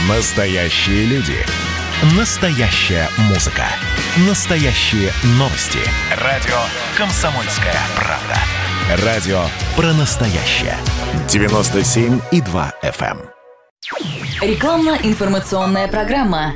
Настоящие люди. Настоящая музыка. Настоящие новости. Радио «Комсомольская правда». Радио про настоящее. 97,2 FM. Рекламно-информационная программа.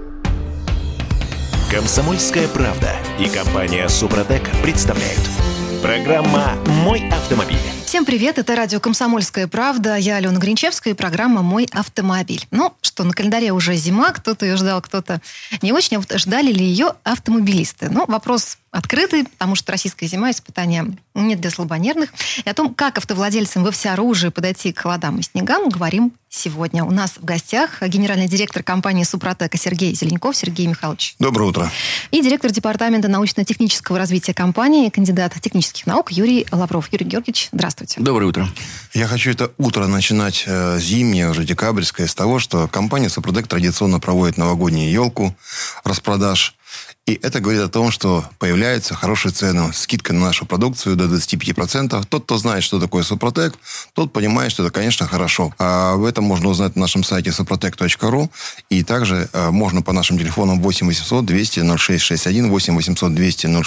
«Комсомольская правда» и компания «Супротек» представляют. Программа «Мой автомобиль». Всем привет, это радио «Комсомольская правда». Я Алена Гринчевская и программа «Мой автомобиль». Ну что, на календаре уже зима, кто-то ее ждал, кто-то не очень. А вот ждали ли ее автомобилисты? Ну, вопрос открытый, потому что российская зима, испытания не для слабонервных. И о том, как автовладельцам во всеоружии подойти к холодам и снегам, говорим сегодня. У нас в гостях генеральный директор компании «Супротек» Сергей Зеленков. Сергей Михайлович. Доброе утро. И директор департамента научно-технического развития компании, кандидат технических наук Юрий Лавров. Юрий Георгиевич, здравствуйте. Доброе утро. Я хочу это утро начинать зимнее, уже декабрьское, с того, что компания «Супротек» традиционно проводит новогоднюю елку распродаж. И это говорит о том, что появляются хорошие цены, скидка на нашу продукцию до 25%. Тот, кто знает, что такое «Супротек», тот понимает, что это, конечно, хорошо. А об этом можно узнать на нашем сайте suprotec.ru. И также можно по нашим телефонам 8 800 200 0661, 8 800 200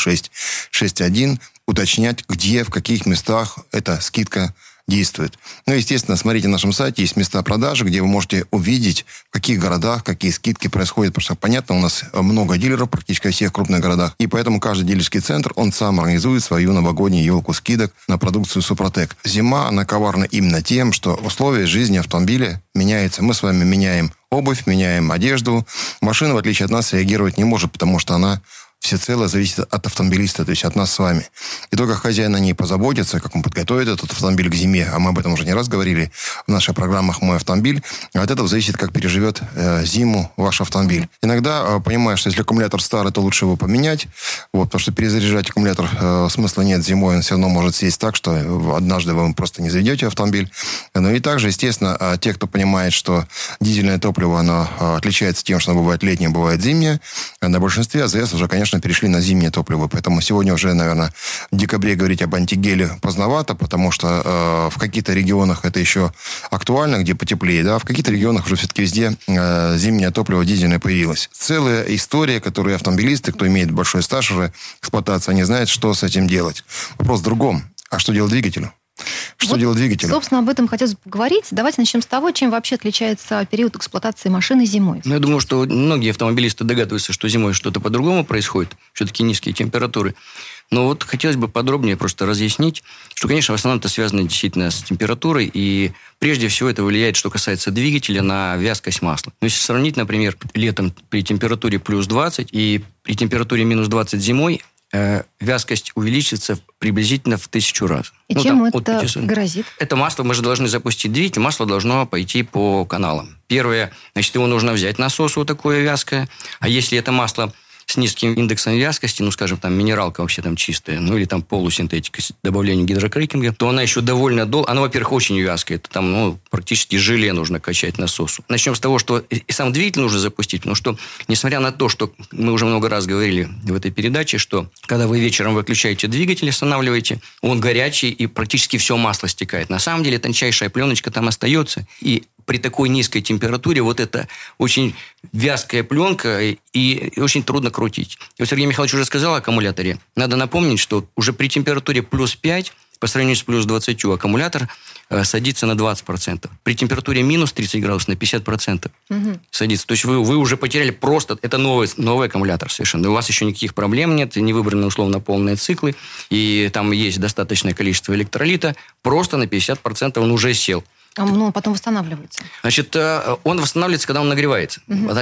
0661 уточнять, где, в каких местах эта скидка действует. Ну, естественно, смотрите на нашем сайте, есть места продажи, где вы можете увидеть, в каких городах какие скидки происходят. Потому что, понятно, у нас много дилеров практически во всех крупных городах. И поэтому каждый дилерский центр, он сам организует свою новогоднюю елку скидок на продукцию «Супротек». Зима, она коварна именно тем, что условия жизни автомобиля меняются. Мы с вами меняем обувь, меняем одежду. Машина, в отличие от нас, реагировать не может, потому что она всецело зависит от автомобилиста, то есть от нас с вами. И только хозяин о ней позаботится, как он подготовит этот автомобиль к зиме, а мы об этом уже не раз говорили в наших программах «Мой автомобиль», от этого зависит, как переживет зиму ваш автомобиль. Иногда, понимая, что если аккумулятор старый, то лучше его поменять, потому что перезаряжать аккумулятор смысла нет, зимой он все равно может сесть так, что однажды вы просто не заведете автомобиль. Ну и также, естественно, те, кто понимает, что дизельное топливо, оно отличается тем, что оно бывает летнее, бывает зимнее, на большинстве АЗС уже, конечно, перешли на зимнее топливо. Поэтому сегодня уже, наверное, в декабре говорить об антигеле поздновато, потому что в каких-то регионах это еще актуально, где потеплее, да, в каких-то регионах уже все-таки везде зимнее топливо дизельное появилось. Целая история, которую автомобилисты, кто имеет большой стаж уже эксплуатации, они знают, что с этим делать. Вопрос в другом. А что делать двигателю? Что делать двигателю? Собственно, об этом хотелось бы поговорить. Давайте начнем с того, чем вообще отличается период эксплуатации машины зимой. Я думаю, что многие автомобилисты догадываются, что зимой что-то по-другому происходит. Все-таки низкие температуры. Но вот хотелось бы подробнее просто разъяснить, что, конечно, в основном это связано действительно с температурой. И прежде всего это влияет, что касается двигателя, на вязкость масла. Но если сравнить, например, летом при температуре плюс 20 и при температуре минус 20 зимой, вязкость увеличится приблизительно в 1000 раз. И чем это грозит? Это масло, мы же должны запустить двигатель, масло должно пойти по каналам. Первое, значит, его нужно взять, насос вот такое вязкое. А если это масло с низким индексом вязкости, скажем, там минералка вообще там чистая, или там полусинтетика с добавлением гидрокрекинга, то она еще довольно долго... Она, во-первых, очень вязкая. Это там, практически желе нужно качать насосу. Начнем с того, что и сам двигатель нужно запустить, потому что, несмотря на то, что мы уже много раз говорили в этой передаче, что когда вы вечером выключаете двигатель, останавливаете, он горячий, и практически все масло стекает. На самом деле, тончайшая пленочка там остается, и при такой низкой температуре вот эта очень вязкая пленка и очень трудно крутить. И вот Сергей Михайлович уже сказал о аккумуляторе. Надо напомнить, что уже при температуре плюс 5 по сравнению с плюс 20 аккумулятор садится на 20%. При температуре минус 30 градусов на 50% садится. То есть вы уже потеряли просто... Это новый аккумулятор совершенно. У вас еще никаких проблем нет, не выбраны условно полные циклы, и там есть достаточное количество электролита. Просто на 50% он уже сел. Потом восстанавливается. Значит, он восстанавливается, когда он нагревается.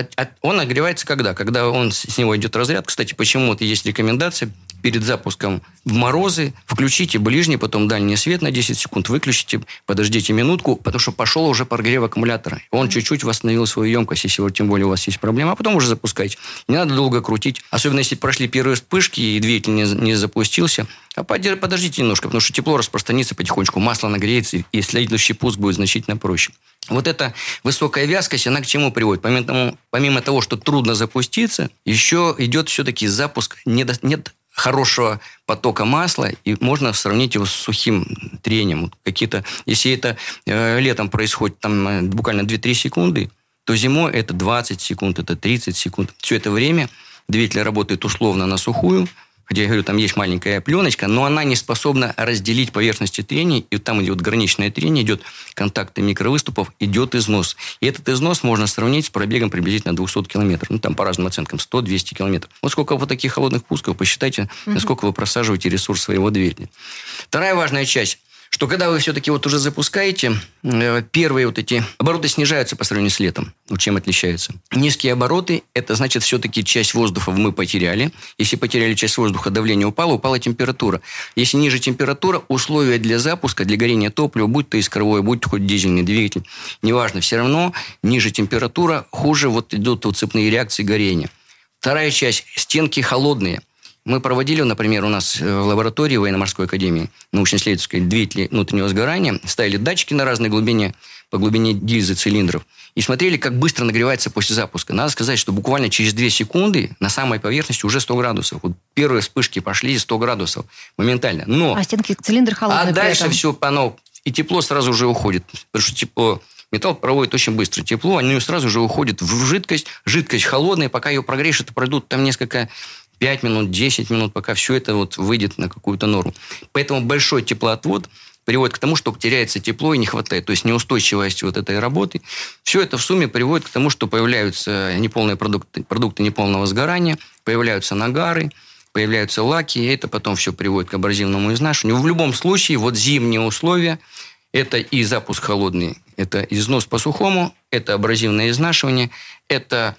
Он нагревается когда? Когда с него идет разряд. Кстати, почему есть рекомендация перед запуском в морозы включите ближний, потом дальний свет на 10 секунд, выключите, подождите минутку, потому что пошел уже прогрев аккумулятора. Он чуть-чуть восстановил свою емкость, если тем более у вас есть проблема, а потом уже запускайте. Не надо долго крутить. Особенно, если прошли первые вспышки и двигатель не запустился. А подождите немножко, потому что тепло распространится потихонечку, масло нагреется, и следующий пуск будет значительно проще. Вот эта высокая вязкость, она к чему приводит? Помимо того, что трудно запуститься, еще идет все-таки запуск, нет хорошего потока масла, и можно сравнить его с сухим трением. Если это летом происходит там буквально 2-3 секунды, то зимой это 20 секунд, это 30 секунд. Все это время двигатель работает условно на сухую, хотя, я говорю, там есть маленькая пленочка, но она не способна разделить поверхности трения, и там идет граничное трение, идет контакты микровыступов, идет износ. И этот износ можно сравнить с пробегом приблизительно 200 километров. Ну, там по разным оценкам, 100-200 километров. Вот сколько вот таких холодных пусков, посчитайте, насколько вы просаживаете ресурс своего двигателя. Вторая важная часть, что когда вы все-таки вот уже запускаете, первые вот эти обороты снижаются по сравнению с летом. Чем отличаются? Низкие обороты, это значит, все-таки часть воздуха мы потеряли. Если потеряли часть воздуха, давление упала температура. Если ниже температура, условия для запуска, для горения топлива, будь то искровое, будь то хоть дизельный двигатель, неважно, все равно ниже температура, хуже вот идут вот цепные реакции горения. Вторая часть, стенки холодные. Мы проводили, например, у нас в лаборатории Военно-морской академии научно-исследовательской двигатели внутреннего сгорания, ставили датчики на разной глубине, по глубине гильзы цилиндров, и смотрели, как быстро нагревается после запуска. Надо сказать, что буквально через 2 секунды на самой поверхности уже 100 градусов. Вот первые вспышки пошли 100 градусов моментально. Но, а стенки цилиндра холодные. А дальше все, и тепло сразу же уходит. Потому что тепло... Металл проводит очень быстро тепло, они сразу же уходят в жидкость. Жидкость холодная, пока ее прогреешь, это пройдут там несколько... 5 минут, 10 минут, пока все это вот выйдет на какую-то норму. Поэтому большой теплоотвод приводит к тому, что теряется тепло и не хватает. То есть неустойчивость вот этой работы. Все это в сумме приводит к тому, что появляются неполные продукты неполного сгорания, появляются нагары, появляются лаки, и это потом все приводит к абразивному изнашиванию. В любом случае, вот зимние условия, это и запуск холодный, это износ по сухому, это абразивное изнашивание, это...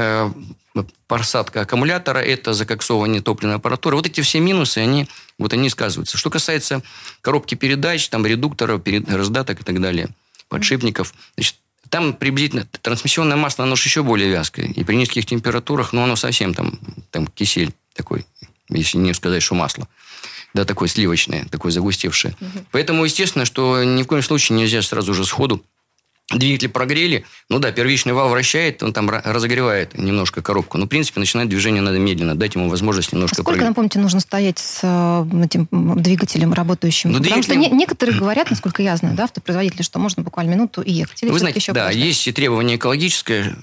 просадка аккумулятора, это закоксовывание топливной аппаратуры. Вот эти все минусы, они сказываются. Что касается коробки передач, там, редукторов, раздаток и так далее, подшипников, значит, там приблизительно трансмиссионное масло, оно же еще более вязкое. И при низких температурах, оно совсем там кисель такой, если не сказать, что масло. Да, такое сливочное, такое загустевшее. Поэтому, естественно, что ни в коем случае нельзя сразу же сходу. Двигатель прогрели, первичный вал вращает, он там разогревает немножко коробку. Но, в принципе, начинать движение надо медленно, дать ему возможность немножко прогреть. Сколько, напомните, нужно стоять с этим двигателем работающим? Потому что некоторые говорят, насколько я знаю, автопроизводители, что можно буквально минуту и ехать. Или вы знаете, еще есть и требование экологическое,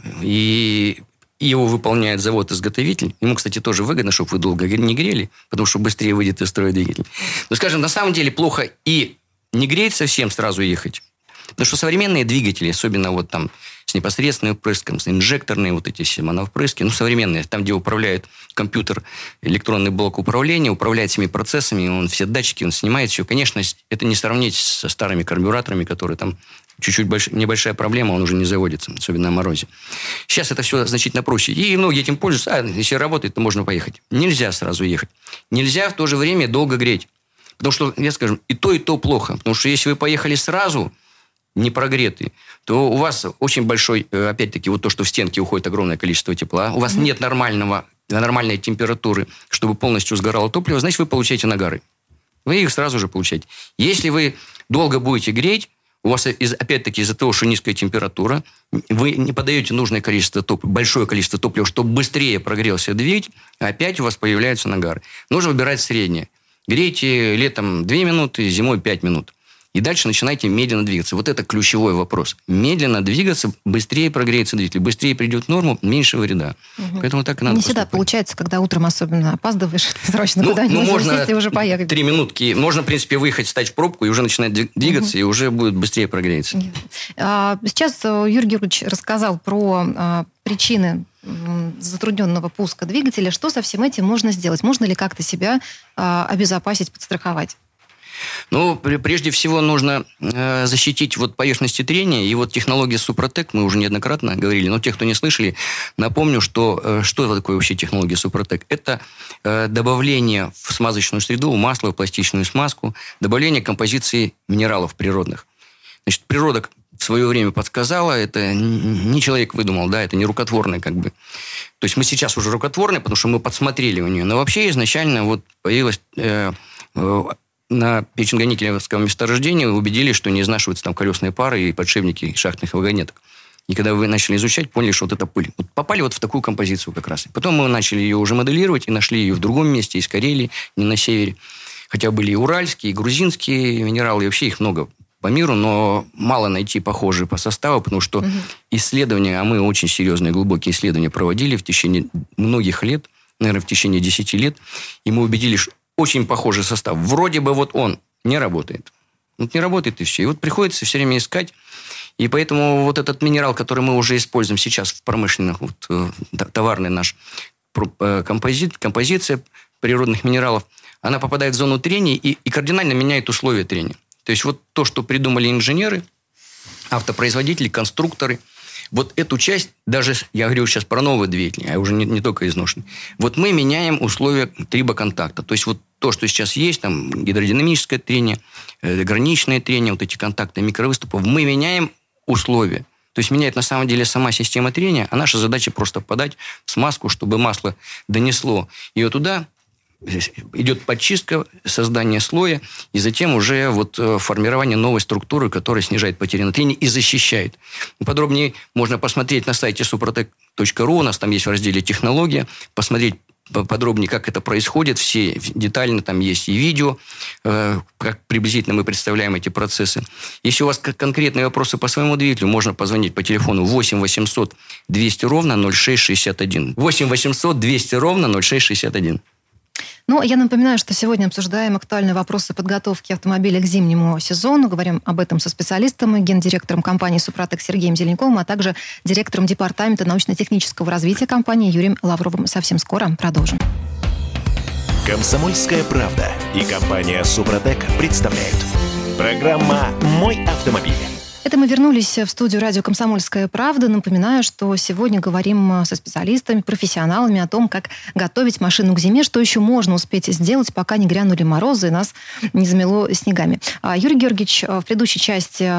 и его выполняет завод-изготовитель. Ему, кстати, тоже выгодно, чтобы вы долго не грели, потому что быстрее выйдет из строя двигатель. Но, скажем, на самом деле плохо и не греть совсем, сразу ехать. Потому что современные двигатели, особенно вот там с непосредственным впрыском, с инжекторные вот эти все моновпрыски, современные, там, где управляет компьютер, электронный блок управления, управляет всеми процессами, он все датчики, он снимает все. Конечно, это не сравнить со старыми карбюраторами, которые там чуть-чуть небольшая проблема, он уже не заводится, особенно на морозе. Сейчас это все значительно проще. И многие этим пользуются. Если работает, то можно поехать. Нельзя сразу ехать. Нельзя в то же время долго греть. Потому что, я скажу, и то плохо. Потому что если вы поехали сразу... не прогретый, то у вас очень большой, опять-таки, вот то, что в стенке уходит огромное количество тепла, у вас нет нормальной температуры, чтобы полностью сгорало топливо, значит, вы получаете нагары. Вы их сразу же получаете. Если вы долго будете греть, у вас, опять-таки, из-за того, что низкая температура, вы не подаете нужное количество топлива, большое количество топлива, чтобы быстрее прогрелся двигатель, опять у вас появляются нагары. Нужно выбирать среднее. Грейте летом 2 минуты, зимой 5 минут. И дальше начинайте медленно двигаться. Вот это ключевой вопрос. Медленно двигаться, быстрее прогреется двигатель, быстрее придет в норму, меньше вреда. Поэтому так и надо. Не всегда получается, когда утром особенно опаздываешь, срочно куда-нибудь можно сесть и уже поехать. 3 минутки. Можно, в принципе, выехать, встать в пробку и уже начинать двигаться, и уже будет быстрее прогреться. Сейчас Юрий Георгиевич рассказал про причины затрудненного пуска двигателя. Что со всем этим можно сделать? Можно ли как-то себя обезопасить, подстраховать? Прежде всего нужно защитить поверхности трения. И технология Супротек, мы уже неоднократно говорили, но те, кто не слышали, напомню, что такое вообще технология Супротек. Это добавление в смазочную среду, в масло, в пластичную смазку, добавление композиции минералов природных. Значит, природа в свое время подсказала, это не человек выдумал, это не рукотворное То есть мы сейчас уже рукотворные, потому что мы подсмотрели у нее. Но вообще изначально появилась... На печенго-никелевском месторождении убедились, что не изнашиваются там колесные пары и подшипники шахтных вагонеток. И когда вы начали изучать, поняли, что это пыль. Попали в такую композицию как раз. Потом мы начали ее уже моделировать и нашли ее в другом месте, из Карелии, не на севере. Хотя были и уральские, и грузинские минералы, и вообще их много по миру, но мало найти похожие по составу, потому что исследования, а мы очень серьезные, глубокие исследования проводили в течение многих лет, наверное, в течение 10 лет, и мы убедились, что очень похожий состав. Вроде бы вот он не работает. Вот не работает и все. И вот приходится все время искать. И поэтому вот этот минерал, который мы уже используем сейчас в промышленных, товарный наш композиция природных минералов, она попадает в зону трения и кардинально меняет условия трения. То есть вот то, что придумали инженеры, автопроизводители, конструкторы, вот эту часть, даже я говорю сейчас про новые двигатели, а уже не только изношенные, вот мы меняем условия трибоконтакта. То есть вот то, что сейчас есть, там гидродинамическое трение, граничное трение, вот эти контакты микровыступов, мы меняем условия. То есть меняет на самом деле сама система трения, а наша задача просто подать смазку, чтобы масло донесло ее туда. Идет подчистка, создание слоя, и затем уже вот формирование новой структуры, которая снижает потери на трении и защищает. Подробнее можно посмотреть на сайте suprotec.ru, у нас там есть в разделе «Технология», посмотреть подробнее, как это происходит, все детально, там есть и видео, как приблизительно мы представляем эти процессы. Если у вас конкретные вопросы по своему двигателю, можно позвонить по телефону 8 800 200 ровно 0661. 8 800 200 ровно 0661. Ну, я напоминаю, что сегодня обсуждаем актуальные вопросы подготовки автомобиля к зимнему сезону. Говорим об этом со специалистом, гендиректором компании «Супротек» Сергеем Зеленковым, а также директором департамента научно-технического развития компании Юрием Лавровым. Совсем скоро продолжим. «Комсомольская правда» и компания «Супротек» представляют. Программа «Мой автомобиль». Это мы вернулись в студию радио «Комсомольская правда». Напоминаю, что сегодня говорим со специалистами, профессионалами о том, как готовить машину к зиме, что еще можно успеть сделать, пока не грянули морозы и нас не замело снегами. Юрий Георгиевич в предыдущей части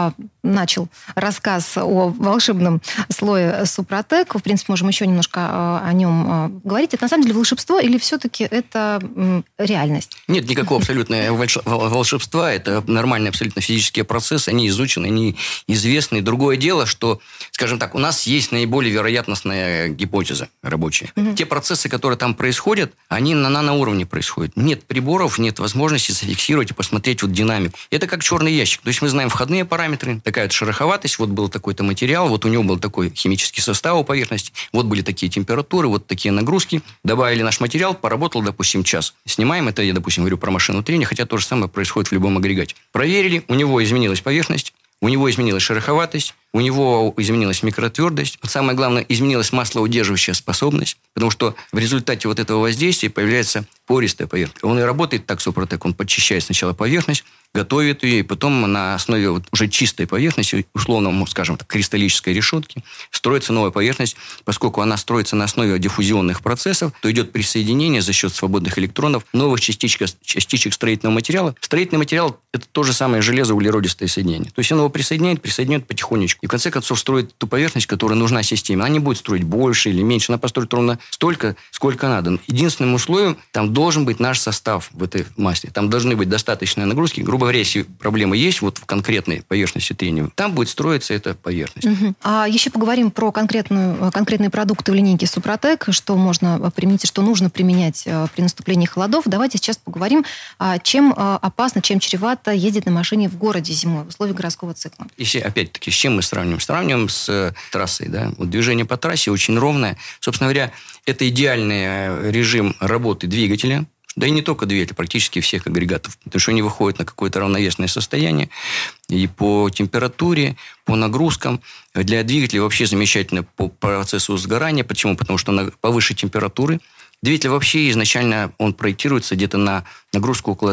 начал рассказ о волшебном слое «Супротек». В принципе, можем еще немножко о нем говорить. Это на самом деле волшебство или все-таки это реальность? Нет никакого абсолютного волшебства. Это нормальные абсолютно физические процессы. Они изучены, они известны. Другое дело, что, скажем так, у нас есть наиболее вероятностная гипотеза рабочая. Те процессы, которые там происходят, они на наноуровне происходят. Нет приборов, нет возможности зафиксировать и посмотреть вот динамику. Это как черный ящик. То есть мы знаем входные параметры, такая шероховатость, вот был такой-то материал, вот у него был такой химический состав у поверхности, вот были такие температуры, вот такие нагрузки. Добавили наш материал, поработал, допустим, час. Снимаем, это я, допустим, говорю про машину трения, хотя то же самое происходит в любом агрегате. Проверили, у него изменилась поверхность, у него изменилась шероховатость, у него изменилась микротвердость. Вот самое главное, изменилась маслоудерживающая способность, потому что в результате вот этого воздействия появляется пористая поверхность. Он и работает так, Супротек, он подчищает сначала поверхность, готовит ее, и потом на основе вот уже чистой поверхности, условно, скажем так, кристаллической решетки, строится новая поверхность. Поскольку она строится на основе диффузионных процессов, то идет присоединение за счет свободных электронов новых частичек строительного материала. Строительный материал – это то же самое железо-углеродистое соединение. То есть он его присоединяет потихонечку. И в конце концов строит ту поверхность, которая нужна системе. Она не будет строить больше или меньше, она построит ровно столько, сколько надо. Единственным условием, там должен быть наш состав в этой масле. Там должны быть достаточные нагрузки. Грубо говоря, если проблемы есть вот в конкретной поверхности трения, там будет строиться эта поверхность. А еще поговорим про конкретные продукты в линейке «Супротек», что можно применить и что нужно применять при наступлении холодов. Давайте сейчас поговорим, чем опасно, чем чревато ездить на машине в городе зимой в условиях городского цикла. Если, опять-таки, с чем мы сравниваем? Сравниваем с трассой. Да? Вот движение по трассе очень ровное. Собственно говоря, это идеальный режим работы двигателя. Да и не только двигателя, практически всех агрегатов. Потому что они выходят на какое-то равновесное состояние. И по температуре, по нагрузкам. Для двигателя вообще замечательно по процессу сгорания. Почему? Потому что повыше температуры. Двигатель вообще изначально он проектируется где-то на нагрузку около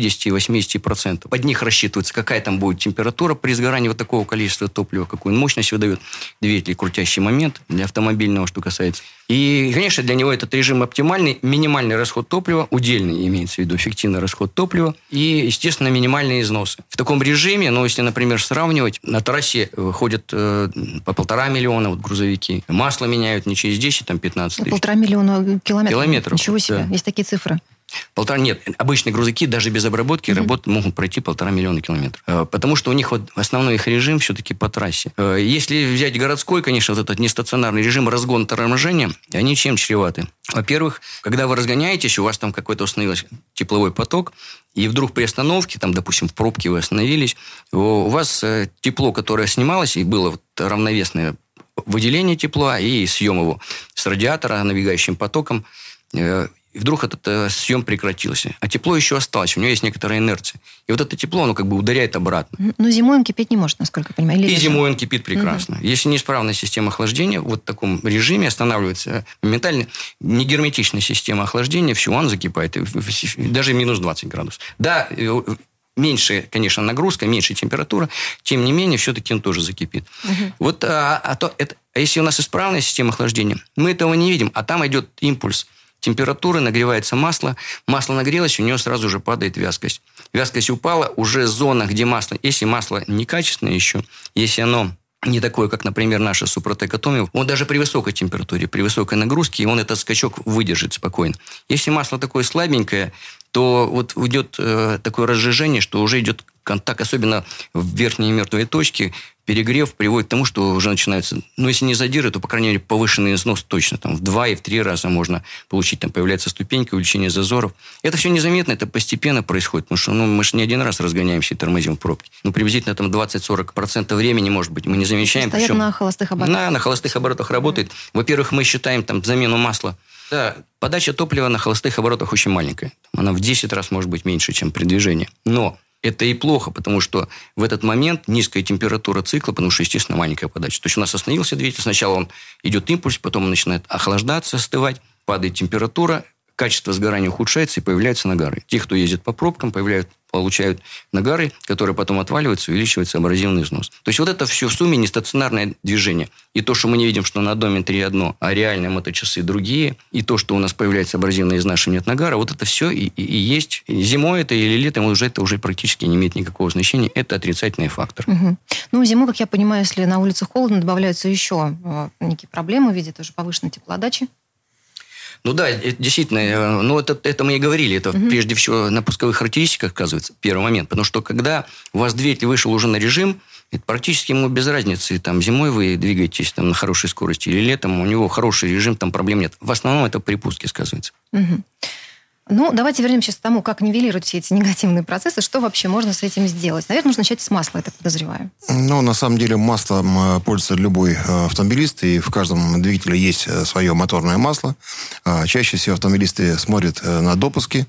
50-80%. Под них рассчитывается, какая там будет температура при сгорании вот такого количества топлива, какую мощность выдает двигатель, крутящий момент для автомобильного, что касается. И, конечно, для него этот режим оптимальный. Минимальный расход топлива, удельный имеется в виду, эффективный расход топлива и, естественно, минимальные износы. В таком режиме, если, например, сравнивать, на трассе ходят по 1,5 миллиона вот грузовики. Масло меняют не через 10, 15 тысяч. 1,5 миллиона километров. Ничего себе, да. Есть такие цифры. Нет, обычные грузовики даже без обработки могут пройти 1,5 миллиона километров. Потому что у них вот основной их режим все-таки по трассе. Если взять городской, конечно, вот этот нестационарный режим разгона торможения, они чем чреваты? Во-первых, когда вы разгоняетесь, у вас там какой-то установился тепловой поток, и вдруг при остановке, там, допустим, в пробке вы остановились, у вас тепло, которое снималось, и было вот равновесное выделение тепла и съем его с радиатора набегающим потоком, и вдруг этот съем прекратился. А тепло еще осталось, у него есть некоторая инерция. И вот это тепло, оно как бы ударяет обратно. Но зимой он кипеть не может, насколько я понимаю. И зимой он кипит прекрасно. Если неисправная система охлаждения, вот в таком режиме останавливается моментально негерметичная система охлаждения, все, он закипает. Даже минус 20 градусов. Да, меньше, конечно, нагрузка, меньше температура, тем не менее, все-таки он тоже закипит. Вот, если у нас исправная система охлаждения, мы этого не видим, а там идет импульс температуры, нагревается масло нагрелось, у него сразу же падает вязкость. Вязкость упала, уже зона, где масло, если масло некачественное еще, если оно не такое, как, например, наше Супротек Atomium, он даже при высокой температуре, при высокой нагрузке, он этот скачок выдержит спокойно. Если масло такое слабенькое, то вот идет такое разжижение, что уже идет контакт, особенно в верхней мертвой точке, перегрев приводит к тому, что уже начинаются, если не задиры, то, по крайней мере, повышенный износ точно. Там, в 2 и в 3 раза можно получить. Там появляется ступенька, увеличение зазоров. Это все незаметно, это постепенно происходит. Потому что мы же не один раз разгоняемся и тормозим в пробке. Приблизительно там 20-40% времени, может быть, мы не замечаем. Стоят причем, на холостых оборотах. На холостых оборотах работает. Во-первых, мы считаем там замену масла. Да, подача топлива на холостых оборотах очень маленькая. Она в 10 раз может быть меньше, чем при движении. Но это и плохо, потому что в этот момент низкая температура цикла, потому что, естественно, маленькая подача. То есть у нас остановился двигатель, сначала он идет импульс, потом он начинает охлаждаться, остывать, падает температура, качество сгорания ухудшается и появляются нагары. Те, кто ездит по пробкам, получают нагары, которые потом отваливаются, увеличивается абразивный износ. То есть вот это все в сумме нестационарное движение. И то, что мы не видим, что на одометре одно, а реальные моточасы другие, и то, что у нас появляется абразивное изнашивание от нагара, вот это все и есть. Зимой это или летом это уже практически не имеет никакого значения. Это отрицательный фактор. Зимой, как я понимаю, если на улице холодно, добавляются еще некие проблемы в виде тоже повышенной теплоотдачи. Да, действительно, это мы и говорили, это прежде всего на пусковых характеристиках оказывается первый момент, потому что когда у вас двигатель вышел уже на режим, это практически ему без разницы, там зимой вы двигаетесь там, на хорошей скорости или летом, у него хороший режим, там проблем нет. В основном это при пуске сказывается. Давайте вернемся к тому, как нивелировать все эти негативные процессы. Что вообще можно с этим сделать? Наверное, нужно начать с масла, я так подозреваю. На самом деле маслом пользуется любой автомобилист, и в каждом двигателе есть свое моторное масло. Чаще всего автомобилисты смотрят на допуски,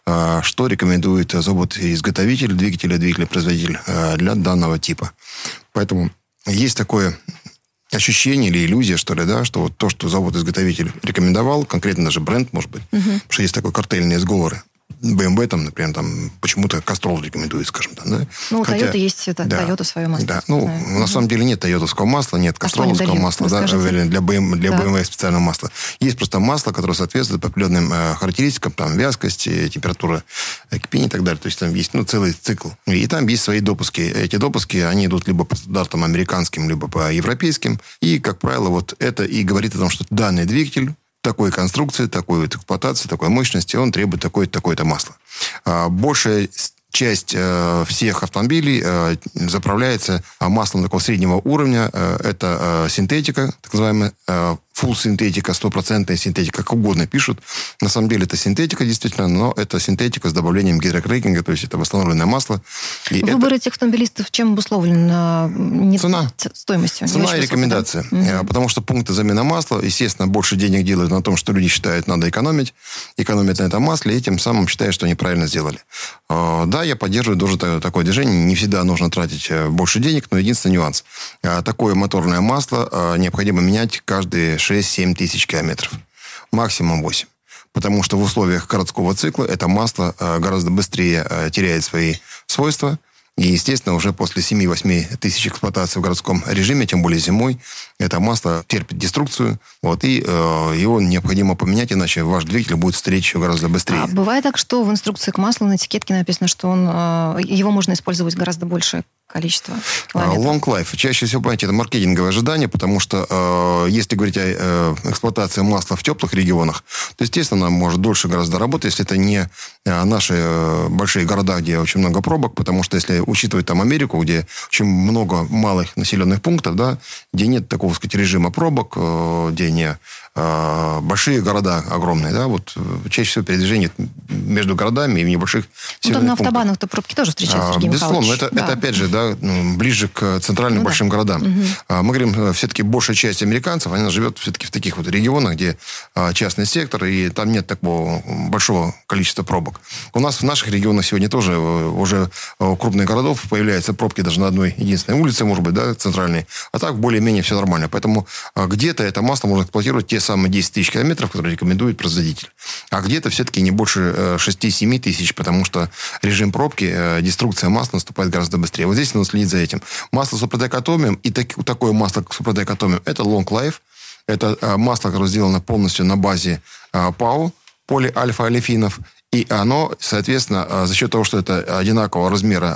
что рекомендует завод-изготовитель двигателя-производитель для данного типа. Поэтому есть такое ощущение или иллюзия, что ли, да, что вот то, что завод-изготовитель рекомендовал, конкретно даже бренд, может быть, потому что есть такой картельные сговоры. BMW, там, например, там почему-то Castrol рекомендует, скажем так, да? У Toyota есть Toyota свое масло. Да, на самом деле нет тойотовского масла, нет кастроловского масла, да, для BMW специального масла. Есть просто масло, которое соответствует определенным характеристикам, там, вязкости, температура кипения и так далее. То есть там есть, целый цикл. И там есть свои допуски. Эти допуски, они идут либо по стандартам американским, либо по европейским. И, как правило, вот это и говорит о том, что данный двигатель такой конструкции, такой вот эксплуатации, такой мощности, он требует такое-то масло. Большая часть всех автомобилей заправляется маслом такого среднего уровня. Это синтетика, так называемая full синтетика, 100% синтетика, как угодно пишут. На самом деле это синтетика, действительно, но это синтетика с добавлением гидрокрекинга, то есть это восстановленное масло. И выбор этих автомобилистов чем обусловлен? Цена. Стоимостью. Цена и рекомендация. Потому что пункты замены масла, естественно, больше денег делают на том, что люди считают, надо экономить. Экономят на этом масле, и тем самым считают, что они правильно сделали. Да, я поддерживаю тоже такое движение. Не всегда нужно тратить больше денег, но единственный нюанс. Такое моторное масло необходимо менять каждые 6-7 тысяч километров. Максимум 8. Потому что в условиях городского цикла это масло гораздо быстрее теряет свои свойства. И, естественно, уже после 7-8 тысяч эксплуатаций в городском режиме, тем более зимой, это масло терпит деструкцию. И его необходимо поменять, иначе ваш двигатель будет стареть еще гораздо быстрее. Бывает так, что в инструкции к маслу на этикетке написано, что его можно использовать гораздо больше количество километров? Long life. Чаще всего, понимаете, это маркетинговое ожидание, потому что если говорить о эксплуатации масла в теплых регионах, то, естественно, она может дольше гораздо работать, если это не наши большие города, где очень много пробок, потому что если учитывать там Америку, где очень много малых населенных пунктов, да, где нет такого, так сказать, режима пробок, где не большие города огромные, да, вот чаще всего передвижение между городами и в небольших там на автобанах-то пробки тоже встречаются, Сергей безусловно, Михайлович. это опять же, да, ближе к центральным большим городам. Мы говорим, все-таки большая часть американцев, она живет все-таки в таких вот регионах, где частный сектор, и там нет такого большого количества пробок. У нас в наших регионах сегодня тоже уже у крупных городов появляются пробки даже на одной единственной улице, может быть, да, центральной, а так более-менее все нормально. Поэтому где-то это масло можно эксплуатировать те самые 10 тысяч километров, которые рекомендует производитель. А где-то все-таки не больше 6-7 тысяч, потому что режим пробки, деструкция масла наступает гораздо быстрее. Вот здесь надо следить за этим. Масло Супротек Атомиум и такое масло, как Супротек Атомиум, это Long Life. Это масло, которое сделано полностью на базе ПАО, полиальфа-олефинов. И оно, соответственно, за счет того, что это одинакового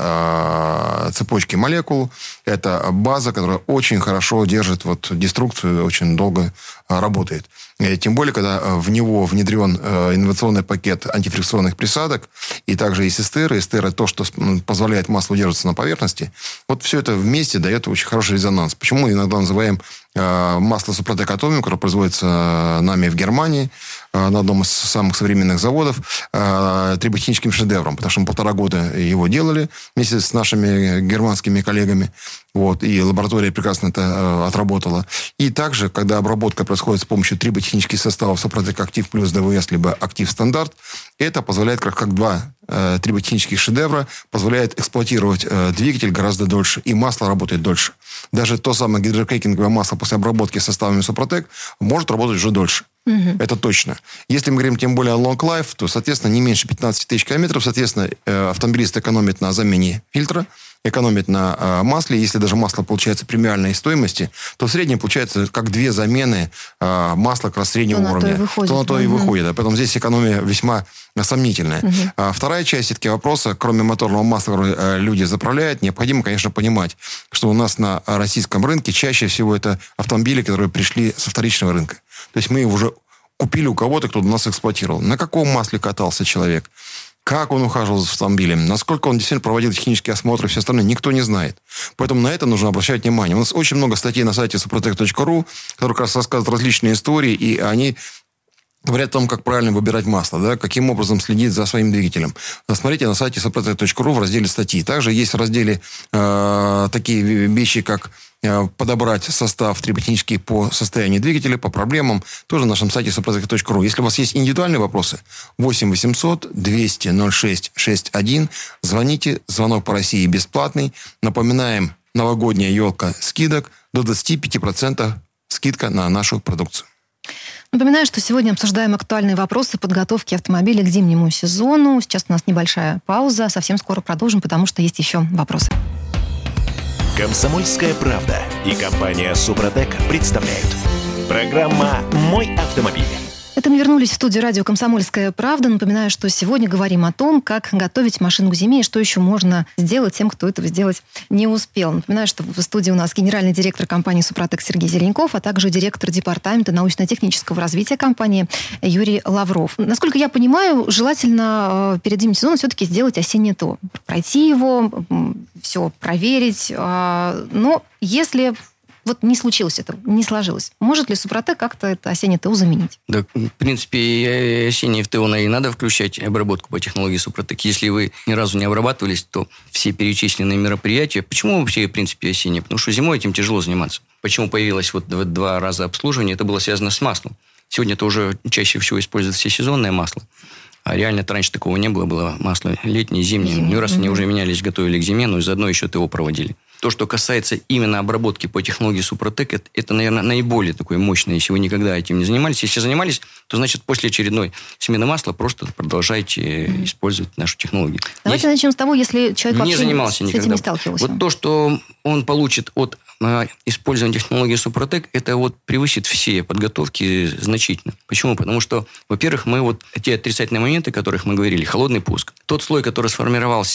размера цепочки молекул, это база, которая очень хорошо держит вот деструкцию, очень долго работает. И тем более, когда в него внедрен инновационный пакет антифрикционных присадок, и также есть эстеры. Эстеры – то, что позволяет маслу удерживаться на поверхности. Вот все это вместе дает очень хороший резонанс. Почему мы иногда называем масло Супротек Атомиум, которое производится нами в Германии, на одном из самых современных заводов, триботехническим шедевром, потому что мы 1,5 года его делали вместе с нашими германскими коллегами. Вот, и лаборатория прекрасно это отработала. И также, когда обработка происходит с помощью триботехнических составов Супротек Актив плюс ДВС, либо Актив Стандарт, это позволяет, как два триботехнических шедевра, позволяет эксплуатировать двигатель гораздо дольше, и масло работает дольше. Даже то самое гидрокрекинговое масло после обработки составами Супротек может работать уже дольше. Это точно. Если мы говорим тем более о Long Life, то, соответственно, не меньше 15 тысяч километров. Соответственно, автомобилист экономит на замене фильтра, экономит на масле. Если даже масло получается премиальной стоимости, то в среднем получается как 2 замены масла как раз среднего уровня. То на то и выходит. Поэтому здесь экономия весьма сомнительная. Вторая часть все-таки вопроса, кроме моторного масла, которое люди заправляют, необходимо, конечно, понимать, что у нас на российском рынке чаще всего это автомобили, которые пришли со вторичного рынка. То есть мы его уже купили у кого-то, кто нас эксплуатировал. На каком масле катался человек? Как он ухаживал за автомобилем? Насколько он действительно проводил технические осмотры и все остальное? Никто не знает. Поэтому на это нужно обращать внимание. У нас очень много статей на сайте suprotec.ru, которые как раз рассказывают различные истории, и они говорят о том, как правильно выбирать масло, да, каким образом следить за своим двигателем. Смотрите на сайте suprotec.ru в разделе статьи. Также есть в разделе такие вещи, как подобрать состав триботехнический по состоянию двигателя, по проблемам, тоже на нашем сайте suprotec.ru. Если у вас есть индивидуальные вопросы, 8 800 200 06 61, звоните, звонок по России бесплатный. Напоминаем, новогодняя елка скидок, до 25% скидка на нашу продукцию. Напоминаю, что сегодня обсуждаем актуальные вопросы подготовки автомобиля к зимнему сезону. Сейчас у нас небольшая пауза. Совсем скоро продолжим, потому что есть еще вопросы. «Комсомольская правда» и компания «Супротек» представляют. Программа «Мой автомобиль». Это мы вернулись в студию радио «Комсомольская правда». Напоминаю, что сегодня говорим о том, как готовить машину к зиме и что еще можно сделать тем, кто этого сделать не успел. Напоминаю, что в студии у нас генеральный директор компании «Супротек» Сергей Зеленков, а также директор департамента научно-технического развития компании Юрий Лавров. Насколько я понимаю, желательно перед зимним сезоном все-таки сделать осеннее ТО. Пройти его, все проверить. Но если вот не случилось этого, не сложилось, может ли Супротек как-то это осеннее ТО заменить? Да, в принципе, осеннее в ТО и надо включать обработку по технологии Супротек. Если вы ни разу не обрабатывались, то все перечисленные мероприятия... Почему вообще, в принципе, осеннее? Потому что зимой этим тяжело заниматься. Почему появилось вот 2 раза обслуживания? Это было связано с маслом. Сегодня это уже чаще всего используют всесезонное масло. А реально-то раньше такого не было. Было масло летнее, зимнее. Ну, раз они уже менялись, готовили к зиме, но и заодно еще ТО проводили. То, что касается именно обработки по технологии Супротек, это, наверное, наиболее такое мощное, если вы никогда этим не занимались. Если занимались, то, значит, после очередной смены масла просто продолжайте использовать нашу технологию. Давайте начнем с того, если человек не вообще занимался с этим не сталкивался. Вот то, что он получит от использования технологии Супротек, это вот превысит все подготовки значительно. Почему? Потому что, во-первых, мы вот те отрицательные моменты, о которых мы говорили, холодный пуск, тот слой, который сформировался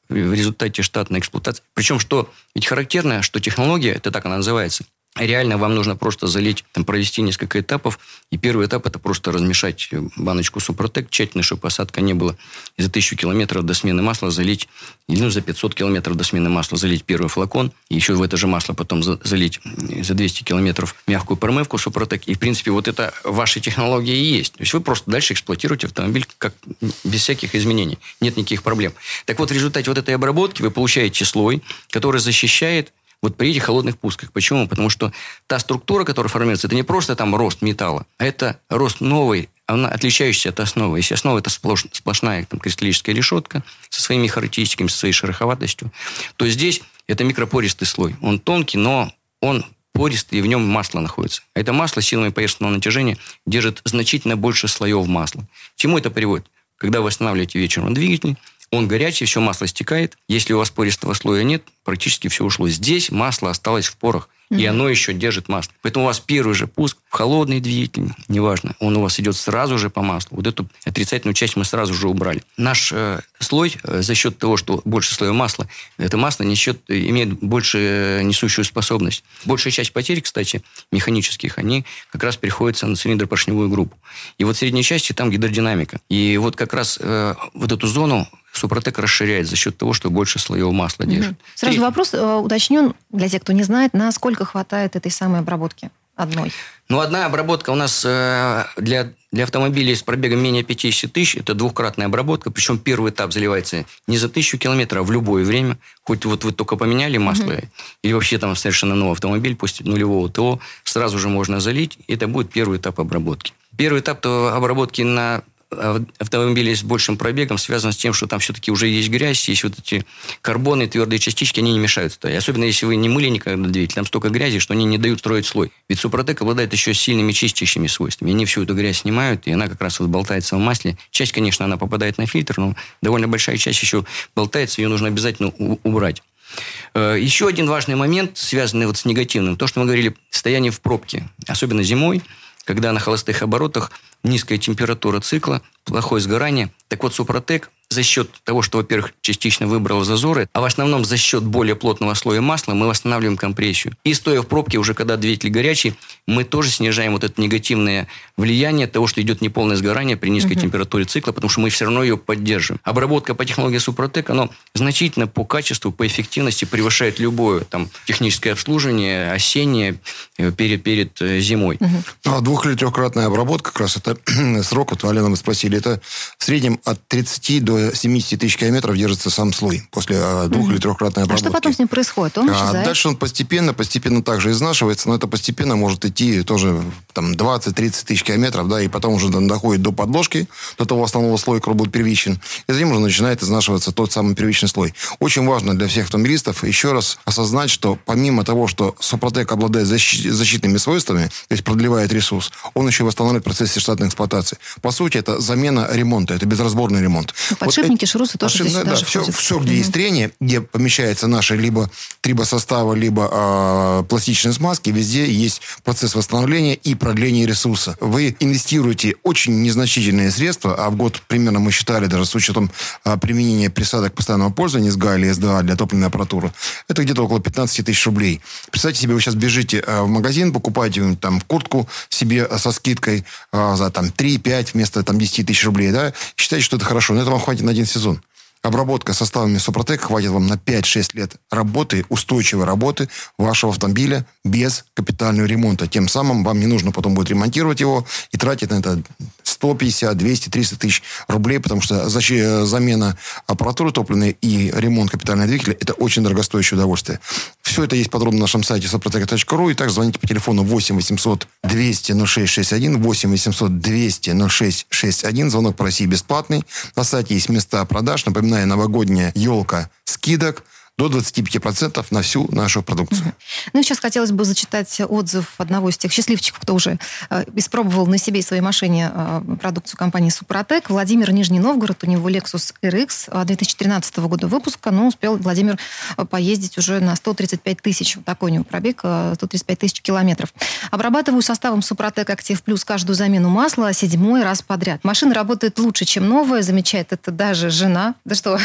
в результате штатной эксплуатации. Причем, что ведь характерно, что технология, это так она называется, реально вам нужно просто залить, провести несколько этапов. И первый этап – это просто размешать баночку Супротек тщательно, чтобы осадка не было. И за 1000 километров до смены масла залить, за 500 километров до смены масла залить первый флакон. И еще в это же масло потом залить за 200 километров мягкую промывку Супротек. И, в принципе, вот это ваша технология и есть. То есть вы просто дальше эксплуатируете автомобиль как без всяких изменений. Нет никаких проблем. Так вот, в результате вот этой обработки вы получаете слой, который защищает вот при этих холодных пусках. Почему? Потому что та структура, которая формируется, это не просто рост металла, а это рост новой, она отличающаяся от основы. Если основа – это сплошная кристаллическая решетка со своими характеристиками, со своей шероховатостью, то здесь это микропористый слой. Он тонкий, но он пористый, и в нем масло находится. А это масло силами поверхностного натяжения держит значительно больше слоев масла. К чему это приводит? Когда вы останавливаете вечером двигатель, он горячий, все масло стекает. Если у вас пористого слоя нет, практически все ушло. Здесь масло осталось в порах, и оно еще держит масло. Поэтому у вас первый же пуск в холодный двигатель, неважно, он у вас идет сразу же по маслу. Вот эту отрицательную часть мы сразу же убрали. Наш слой за счет того, что больше слоя масла, это масло имеет больше несущую способность. Большая часть потерь, кстати, механических, они как раз приходятся на цилиндропоршневую группу. И вот в средней части там гидродинамика. И вот как раз вот эту зону Супротек расширяет за счет того, что больше слоев масла держит. Сразу вопрос уточню для тех, кто не знает, насколько хватает этой самой обработки одной? Одна обработка у нас для автомобилей с пробегом менее 50 тысяч, это двухкратная обработка, причем первый этап заливается не за 1000 километров, а в любое время. Хоть вот вы только поменяли масло, или вообще совершенно новый автомобиль, пусть нулевого ТО, сразу же можно залить, и это будет первый этап обработки. Первый этап обработки на автомобили с большим пробегом связан с тем, что там все-таки уже есть грязь, есть вот эти карбоны, твердые частички, они не мешают стоять. Особенно, если вы не мыли никогда двигатель, там столько грязи, что они не дают строить слой. Ведь Супротек обладает еще сильными чистящими свойствами. Они всю эту грязь снимают, и она как раз болтается в масле. Часть, конечно, она попадает на фильтр, но довольно большая часть еще болтается, ее нужно обязательно убрать. Еще один важный момент, связанный с негативным, то, что мы говорили, состояние в пробке, особенно зимой, когда на холостых оборотах низкая температура цикла, плохое сгорание. Так вот, Супротек за счет того, что, во-первых, частично выбрал зазоры, а в основном за счет более плотного слоя масла мы восстанавливаем компрессию. И стоя в пробке, уже когда двигатель горячий, мы тоже снижаем вот это негативное влияние того, что идет неполное сгорание при низкой температуре цикла, потому что мы все равно ее поддерживаем. Обработка по технологии Супротек, она значительно по качеству, по эффективности превышает любое техническое обслуживание осеннее перед зимой. 2- или 3-кратная обработка, как раз это срок, вот Алена, мы спросили, это в среднем от 30 до 70 тысяч километров держится сам слой после 2- или 3-кратной обработки. А что потом с ним происходит? Он исчезает? Дальше он постепенно также изнашивается, но это постепенно может идти тоже 20-30 тысяч километров, да, и потом уже доходит до подложки, до того основного слоя, который будет первичен, и затем уже начинает изнашиваться тот самый первичный слой. Очень важно для всех автомобилистов еще раз осознать, что помимо того, что Супротек обладает защитными свойствами, то есть продлевает ресурс, он еще восстанавливает в процессе штатной эксплуатации. По сути, это замена ремонта, это безразборный ремонт. Подшипники, шрусы тоже здесь да, все, где есть трение, где помещаются наши либо трибосоставы, либо пластичные смазки, везде есть процесс восстановления и продления ресурса. Вы инвестируете очень незначительные средства, а в год примерно мы считали, даже с учетом применения присадок постоянного пользования СГА или СДА для топливной аппаратуры, это где-то около 15 тысяч рублей. Представьте себе, вы сейчас бежите в магазин, покупаете куртку себе со скидкой за 3-5 вместо 10 тысяч рублей, да, считаете, что это хорошо, но это вам хватит на один сезон. Обработка составами Супротек хватит вам на 5-6 лет работы, устойчивой работы вашего автомобиля без капитального ремонта. Тем самым вам не нужно потом будет ремонтировать его и тратить на это 150, 200, 300 тысяч рублей, потому что замена аппаратуры топливной и ремонт капитального двигателя – это очень дорогостоящее удовольствие. Все это есть подробно на нашем сайте suprotec.ru, и также звоните по телефону 8 800 200 0661, 8 800 200 0661. Звонок по России бесплатный. На сайте есть места продаж. Напоминаю, новогодняя елка скидок до 25% на всю нашу продукцию. Ну и сейчас хотелось бы зачитать отзыв одного из тех счастливчиков, кто уже испробовал на себе и своей машине продукцию компании «Супротек». Владимир, Нижний Новгород, у него Lexus RX 2013 года выпуска, но успел Владимир поездить уже на 135 тысяч. Вот такой у него пробег, 135 тысяч километров. Обрабатываю составом «Супротек Актив Плюс» каждую замену масла 7-й раз подряд. Машина работает лучше, чем новая, замечает это даже жена. Да что,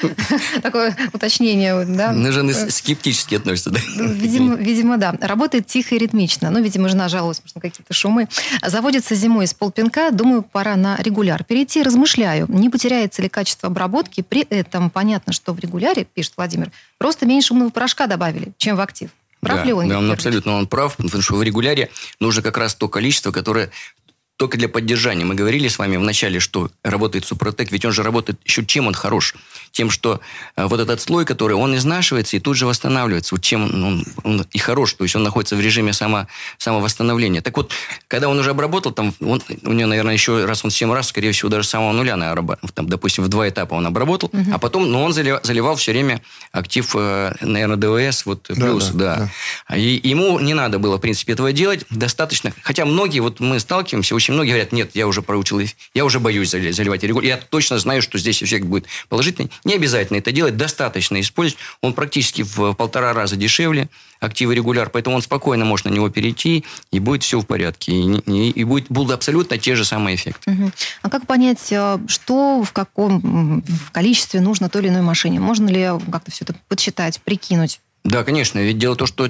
такое уточнение, да? На жены скептически относятся, да? Видимо, да. Работает тихо и ритмично. Ну, видимо, жена жаловалась, может, на какие-то шумы. Заводится зимой с полпинка. Думаю, пора на регуляр перейти. Размышляю, не потеряется ли качество обработки. При этом понятно, что в регуляре, пишет Владимир, просто меньше умного порошка добавили, чем в Актив. Прав ли он? Да, он абсолютно прав, потому что в регуляре нужно как раз то количество, которое только для поддержания. Мы говорили с вами в начале, что работает Супротек, ведь он же работает еще чем он хорош? Тем, что вот этот слой, который он изнашивается и тут же восстанавливается. Вот чем он и хорош, то есть он находится в режиме самовосстановления. Так вот, когда он уже обработал, там, у него, наверное, еще раз, он 7 раз, скорее всего, даже с самого нуля, там, допустим, в 2 этапа он обработал, а потом, он заливал все время Актив, наверное, ДВС, вот, плюс, да. И ему не надо было, в принципе, этого делать, достаточно. Хотя многие, вот мы сталкиваемся, очень многие говорят, нет, я уже проучил, я уже боюсь заливать регуляр. Я точно знаю, что здесь эффект будет положительный. Не обязательно это делать, достаточно использовать. Он практически в 1,5 раза дешевле Актива регуляр, поэтому он спокойно может на него перейти, и будет все в порядке. И будут абсолютно те же самые эффекты. А как понять, что в каком количестве нужно той или иной машине? Можно ли как-то все это подсчитать, прикинуть? Да, конечно. Ведь дело в том, что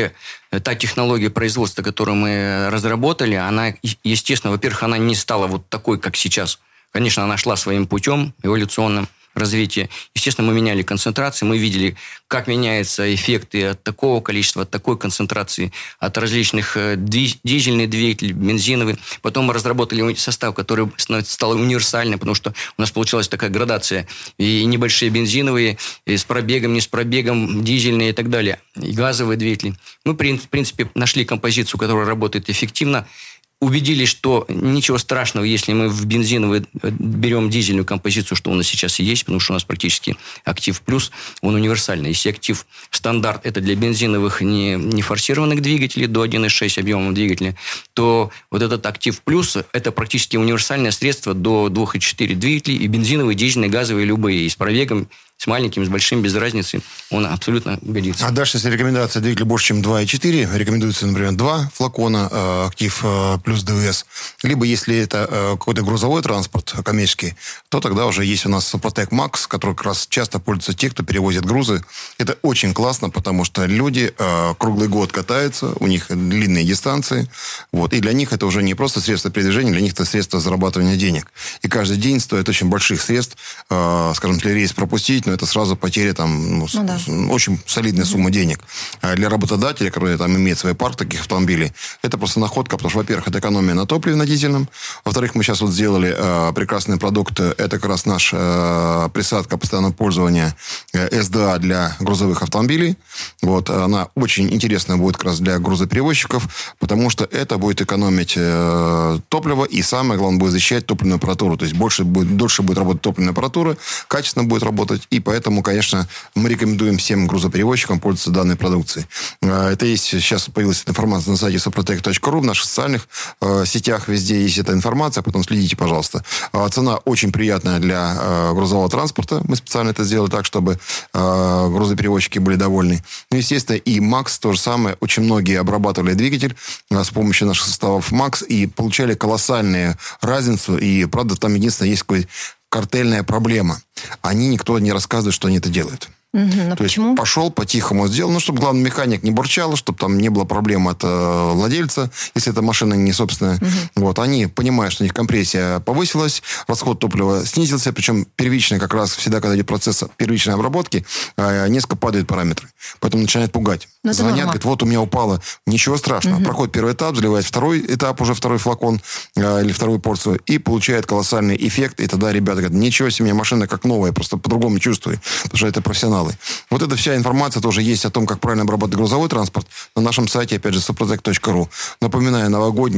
та технология производства, которую мы разработали, она, естественно, во-первых, она не стала вот такой, как сейчас. Конечно, она шла своим путем эволюционным развития. Естественно, мы меняли концентрации, мы видели, как меняются эффекты от такого количества, от такой концентрации, от различных дизельных двигателей, бензиновый. Потом мы разработали состав, который стал универсальным, потому что у нас получилась такая градация. И небольшие бензиновые, и с пробегом, не с пробегом, дизельные и так далее. И газовые двигатели. Мы, в принципе, нашли композицию, которая работает эффективно. Убедились, что ничего страшного, если мы в бензиновый берем дизельную композицию, что у нас сейчас и есть, потому что у нас практически Актив Плюс, он универсальный. Если Актив стандарт, это для бензиновых не форсированных двигателей до 1,6 объемом двигателя, то вот этот Актив Плюс, это практически универсальное средство до 2,4 двигателей, и бензиновые, дизельные, газовые, любые, и с пробегом, с маленьким, с большим, без разницы, он абсолютно годится. А дальше, если рекомендация двигателя больше, чем 2,4, рекомендуется, например, 2 флакона Актив плюс ДВС. Либо, если это какой-то грузовой транспорт коммерческий, то тогда уже есть у нас Супротек Макс, который как раз часто пользуются те, кто перевозит грузы. Это очень классно, потому что люди круглый год катаются, у них длинные дистанции, вот, и для них это уже не просто средство передвижения, для них это средство зарабатывания денег. И каждый день стоит очень больших средств, скажем, если рейс пропустить, но это сразу потеря там, очень солидная сумма денег. А для работодателя, который там имеет свой парк таких автомобилей, это просто находка, потому что, во-первых, это экономия на топливе, на дизельном. Во-вторых, мы сейчас вот сделали прекрасный продукт. Это как раз наша присадка постоянного пользования СДА для грузовых автомобилей. Вот, она очень интересная будет как раз для грузоперевозчиков, потому что это будет экономить топливо и, самое главное, будет защищать топливную аппаратуру. То есть дольше будет работать топливная аппаратура, качественно будет работать. И поэтому, конечно, мы рекомендуем всем грузоперевозчикам пользоваться данной продукцией. Это есть, сейчас появилась информация на сайте suprotec.ru, в наших социальных сетях везде есть эта информация, потом следите, пожалуйста. Цена очень приятная для грузового транспорта. Мы специально это сделали так, чтобы грузоперевозчики были довольны. Ну, естественно, и Макс то же самое. Очень многие обрабатывали двигатель с помощью наших составов Макс и получали колоссальную разницу. И, правда, там единственное есть картельная проблема. Никто не рассказывает, что они это делают. То почему? есть пошел, по-тихому сделал, чтобы главный механик не бурчал, чтобы там не было проблем от владельца, если эта машина не собственная. Вот, они понимают, что у них компрессия повысилась, расход топлива снизился, причем первично как раз всегда, когда идет процесс первичной обработки, несколько падают параметры. Поэтому начинает пугать. Звонят, говорят, вот у меня упало. Ничего страшного. Проходит первый этап, заливает второй этап, уже второй флакон или вторую порцию, и получает колоссальный эффект. И тогда ребята говорят, ничего себе, у меня машина как новая, просто по-другому чувствую, потому что это профессионалы. Вот эта вся информация тоже есть о том, как правильно обрабатывать грузовой транспорт на нашем сайте, опять же, suprotec.ru. Напоминаю, новогодняя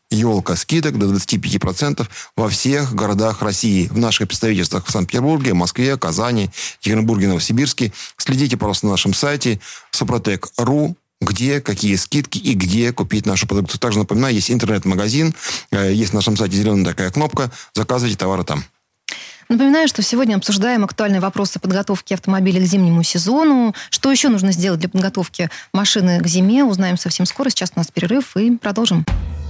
елка скидок до 25% во всех городах России. В наших представительствах в Санкт-Петербурге, Москве, Казани, Екатеринбурге, Новосибирске. Следите, пожалуйста, на нашем сайте Супротек.ру, где какие скидки и где купить нашу продукцию. Также напоминаю, есть интернет-магазин, есть на нашем сайте зеленая такая кнопка, заказывайте товары там. Напоминаю, что сегодня обсуждаем актуальные вопросы подготовки автомобиля к зимнему сезону. Что еще нужно сделать для подготовки машины к зиме, узнаем совсем скоро. Сейчас у нас перерыв и продолжим.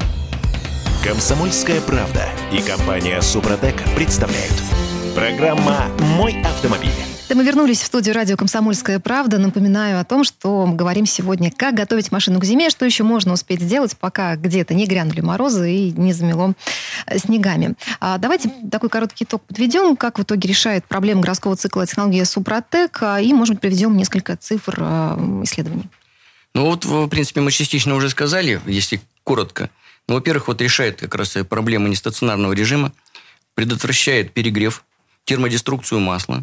«Комсомольская правда» и компания «Супротек» представляют. Программа «Мой автомобиль». Да, мы вернулись в студию радио «Комсомольская правда». Напоминаю о том, что мы говорим сегодня, как готовить машину к зиме, что еще можно успеть сделать, пока где-то не грянули морозы и не замело снегами. Давайте такой короткий итог подведем, как в итоге решает проблему городского цикла технология «Супротек», и, может быть, приведем несколько цифр исследований. Ну вот, в принципе, мы частично уже сказали, если коротко. Ну, во-первых, вот решает как раз проблему нестационарного режима, предотвращает перегрев, термодеструкцию масла,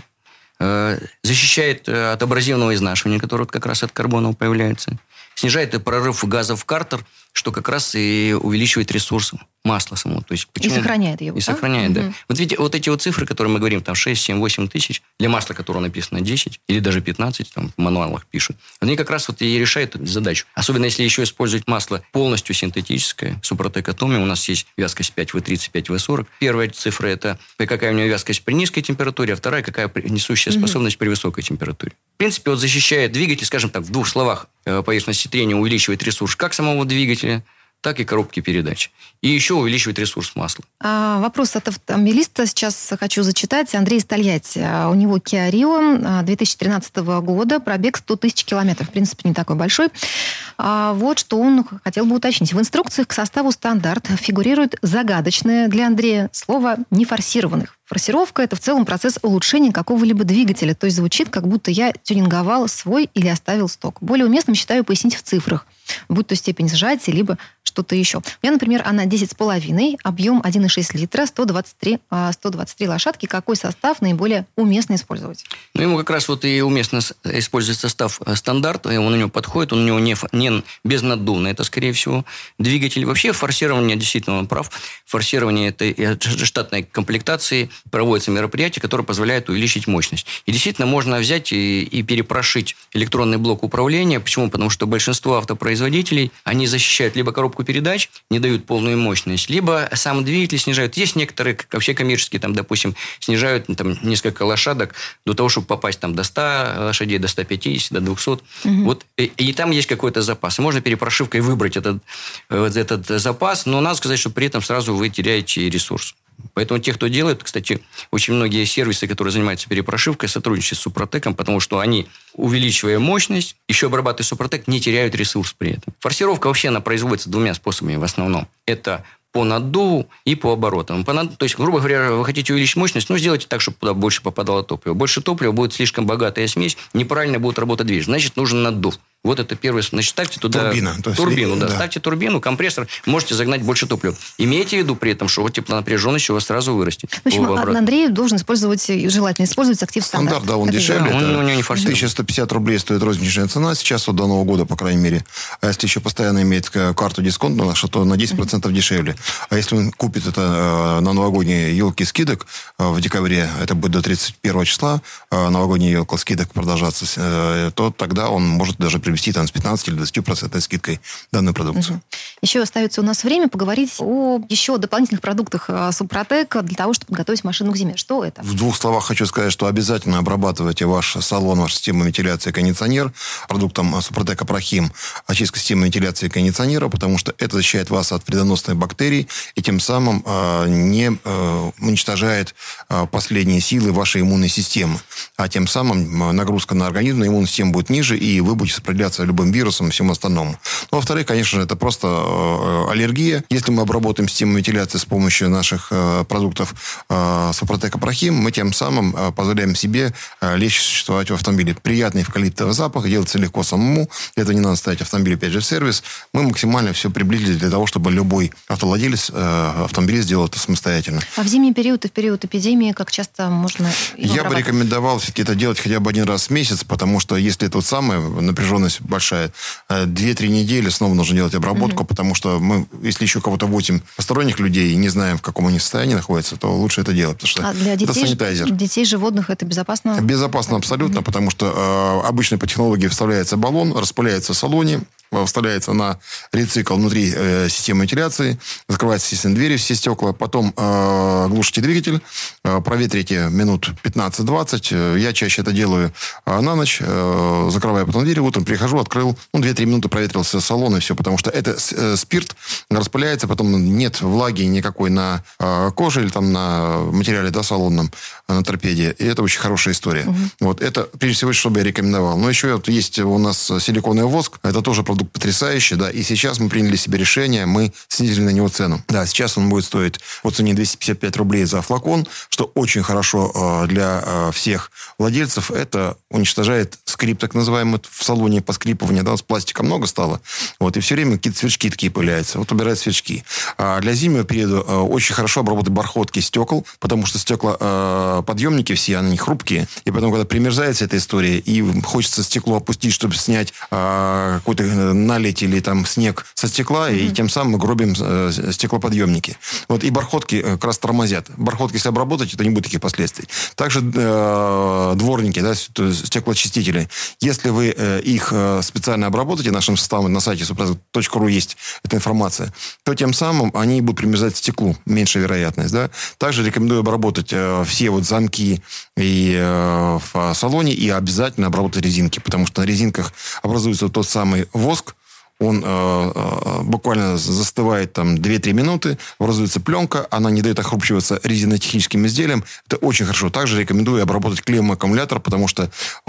защищает от абразивного изнашивания, которое как раз от карбона появляется, снижает прорыв газов в картер, что как раз и увеличивает ресурс масла самого. То есть, почему? И сохраняет его, И сохраняет, да. Вот видите, вот эти вот цифры, которые мы говорим, там 6, 7, 8 тысяч, для масла, которое написано 10 или даже 15, там в мануалах пишут, они как раз вот и решают эту задачу. Особенно если еще использовать масло полностью синтетическое, Супротек Atomium, у нас есть вязкость 5В30, 5В40. Первая цифра – это какая у него вязкость при низкой температуре, а вторая – какая несущая способность при высокой температуре. В принципе, вот защищает двигатель, скажем так, в двух словах, поверхности трения увеличивает ресурс как самого двигателя, так и коробки передач. И еще увеличивает ресурс масла. Вопрос от автомобилиста сейчас хочу зачитать. Андрей из Тольятти. У него Kia Rio 2013 года, пробег 100 тысяч километров. В принципе, не такой большой. Вот что он хотел бы уточнить. В инструкциях к составу стандарт фигурирует загадочное для Андрея слово «нефорсированных». Форсировка – это в целом процесс улучшения какого-либо двигателя. То есть звучит, как будто я тюнинговал свой или оставил сток. Более уместным считаю пояснить в цифрах, будь то степень сжатия, либо что-то еще. У меня, например, она 10,5, объем 1,6 литра, 123 лошадки. Какой состав наиболее уместно использовать? Ну, ему как раз вот и уместно использовать состав стандарт, он у него подходит, он у него не безнаддувный, это, скорее всего, двигатель. Вообще, форсирование, действительно, он прав. Форсирование этой штатной комплектации проводятся мероприятия, которые позволяют увеличить мощность. И действительно, можно взять и перепрошить электронный блок управления. Почему? Потому что большинство автопроизводителей, они защищают либо коробку передач, не дают полную мощность, либо сам двигатель снижают. Есть некоторые, вообще коммерческие, там, допустим, снижают там, несколько лошадок до того, чтобы попасть там, до 100 лошадей, до 150, до 200. Вот, и там есть какой-то запас. И можно перепрошивкой выбрать этот запас, но надо сказать, что при этом сразу вы теряете ресурс. Поэтому те, кто делает, кстати, очень многие сервисы, которые занимаются перепрошивкой, сотрудничают с Супротеком, потому что они, увеличивая мощность, еще обрабатывая Супротек, не теряют ресурс при этом. Форсировка вообще она производится двумя способами в основном. Это по наддуву и по оборотам. То есть, грубо говоря, вы хотите увеличить мощность, сделайте так, чтобы туда больше попадало топлива. Больше топлива будет слишком богатая смесь, неправильно будет работать двигатель. Значит, нужен наддув. Вот это первое. Значит, ставьте туда турбину. Да. Ставьте турбину, компрессор, можете загнать больше топлива. Имейте в виду при этом, что вот теплонапряженность у вас сразу вырастет. В общем, Андрей должен использовать, желательно использовать актив стандарт. Стандарт, да, он дешевле. Да, он не форсирует. 1150 рублей стоит розничная цена сейчас, вот до Нового года, по крайней мере. А если еще постоянно иметь карту дисконтную, то на 10% дешевле. А если он купит это на новогодние елки скидок в декабре, это будет до 31 числа, новогодняя елка скидок продолжаться, то тогда он может даже привести там с 15 или 20% скидкой данную продукцию. Еще остается у нас время поговорить о еще дополнительных продуктах Супротек для того, чтобы подготовить машину к зиме. Что это? В двух словах хочу сказать, что обязательно обрабатывайте ваш салон, вашу систему вентиляции и кондиционер продуктом Супротек Апрахим, очистка системы вентиляции и кондиционера, потому что это защищает вас от вредоносных бактерий и тем самым не уничтожает последние силы вашей иммунной системы. А тем самым нагрузка на организм, на иммунную систему будет ниже, и вы будете сопротивляться любым вирусам и всему остальному. Ну, во-вторых, конечно же, это просто аллергия. Если мы обработаем систему вентиляции с помощью наших продуктов Супротек Апрахим, мы тем самым позволяем себе легче существовать в автомобиле. Приятный эвкалиптовый запах, делается легко самому. Для этого не надо ставить автомобиль, опять же, в сервис. Мы максимально все приблизили для того, чтобы любой автовладелец, автомобилист сделал это самостоятельно. А в зимний период и в период эпидемии как часто можно его Я бы рекомендовал все-таки это делать хотя бы один раз в месяц, потому что если это вот самая напряженная сложность большая. 2-3 недели снова нужно делать обработку, потому что мы, если еще кого-то возим посторонних людей и не знаем, в каком они состоянии находятся, то лучше это делать, потому что для детей, это санитайзер. Детей, животных это безопасно? Безопасно абсолютно, потому что обычно по технологии вставляется баллон, распыляется в салоне, вставляется на рецикл внутри системы вентиляции, закрываются, естественно, двери, все стекла, потом глушите двигатель, проветрите минут 15-20. Я чаще это делаю на ночь, закрываю потом двери, утром прихожу, открыл, 2-3 минуты проветрился салон и все, потому что это спирт распыляется, потом нет влаги никакой на коже или там на материале, да, салонном, на торпеде. И это очень хорошая история. Вот это, прежде всего, что бы я рекомендовал. Но еще вот есть у нас силиконовый воск, это тоже продукт потрясающий, да, и сейчас мы приняли себе решение, мы снизили на него цену. Да, сейчас он будет стоить по цене 255 рублей за флакон, что очень хорошо для всех владельцев. Это уничтожает скрип, так называемый, в салоне поскрипывания, да, с пластика много стало. Вот, и все время какие-то сверчки такие появляются. Вот убирают сверчки. А для зимнего периода очень хорошо обработать бархотки стекол, потому что стеклоподъемники все, они хрупкие. И потом, когда примерзается эта история, и хочется стекло опустить, чтобы снять какой-то наледь или там снег со стекла, и тем самым мы гробим стеклоподъемники. Вот, и бархотки как раз тормозят. Бархотки, если обработать, это не будет таких последствий. Также дворники, да, стеклоочистители. Если вы их специально обработаете нашим составом, на сайте suprotec.ru есть эта информация, то тем самым они будут примерзать к стеклу. Меньшая вероятность, да. Также рекомендую обработать все вот замки и в салоне, и обязательно обработать резинки, потому что на резинках образуется тот самый воск, он буквально застывает там 2-3 минуты, образуется пленка, она не дает охрупчиваться резинотехническим изделиям. Это очень хорошо. Также рекомендую обработать клеем аккумулятор, потому что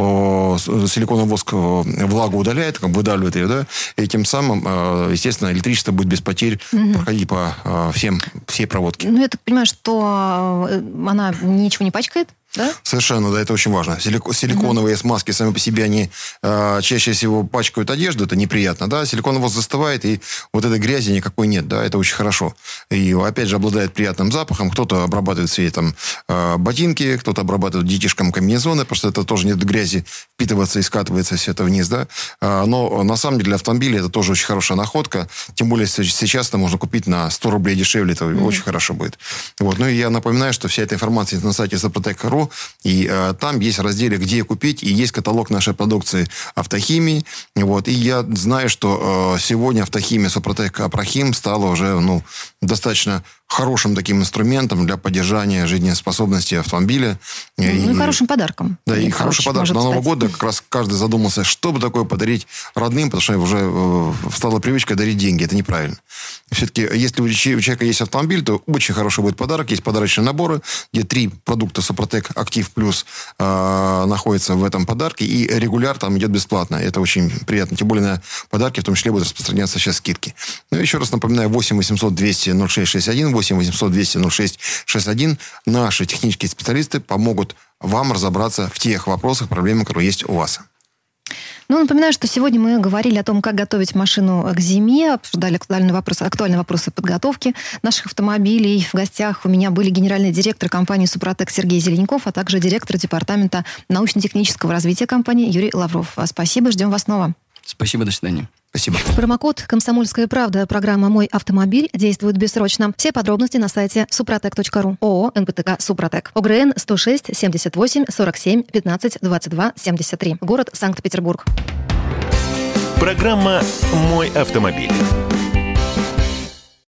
силиконовый воск влагу удаляет, выдавливает ее, да, и тем самым, естественно, электричество будет без потерь проходить по всей проводке. Я так понимаю, что она ничего не пачкает? Да? Совершенно, да, это очень важно. Силиконовые смазки сами по себе, они чаще всего пачкают одежду, это неприятно, да, силиконовый воск застывает, и вот этой грязи никакой нет, да, это очень хорошо. И, опять же, обладает приятным запахом, кто-то обрабатывает свои там ботинки, кто-то обрабатывает детишкам комбинезоны, потому что это тоже нет грязи впитываться и скатывается все это вниз, да. Но, на самом деле, для автомобиля это тоже очень хорошая находка, тем более сейчас это можно купить на 100 рублей дешевле, это очень хорошо будет. Вот. Ну, и я напоминаю, что вся эта информация на сайте suprotec.ru, и там есть разделы, где купить, и есть каталог нашей продукции автохимии. Вот. И я знаю, что сегодня автохимия Супротек Апрахим стала уже достаточно хорошим таким инструментом для поддержания жизнеспособности автомобиля. И хорошим подарком. Да, и хороший подарок. На Новый год как раз каждый задумался, что бы такое подарить родным, потому что уже стала привычка дарить деньги. Это неправильно. Все-таки, если у человека есть автомобиль, то очень хороший будет подарок. Есть подарочные наборы, где 3 продукта Супротек Актив Плюс находятся в этом подарке, и регуляр там идет бесплатно. Это очень приятно. Тем более на подарки в том числе будут распространяться сейчас скидки. Ну, еще раз напоминаю, 8 800 200 0661, 8 800 200 0661. Наши технические специалисты помогут вам разобраться в тех вопросах, проблемах, которые есть у вас. Напоминаю, что сегодня мы говорили о том, как готовить машину к зиме, обсуждали актуальные вопросы подготовки наших автомобилей. В гостях у меня были генеральный директор компании «Супротек» Сергей Зеленяков, а также директор департамента научно-технического развития компании Юрий Лавров. Спасибо, ждем вас снова. Спасибо, до свидания. Спасибо. Промокод «Комсомольская правда», программа «Мой автомобиль» действует бессрочно. Все подробности на сайте suprotec.ru. ООО «НПТК Супротек». ОГРН 106 78 47 15 22 73. Город Санкт-Петербург. Программа «Мой автомобиль».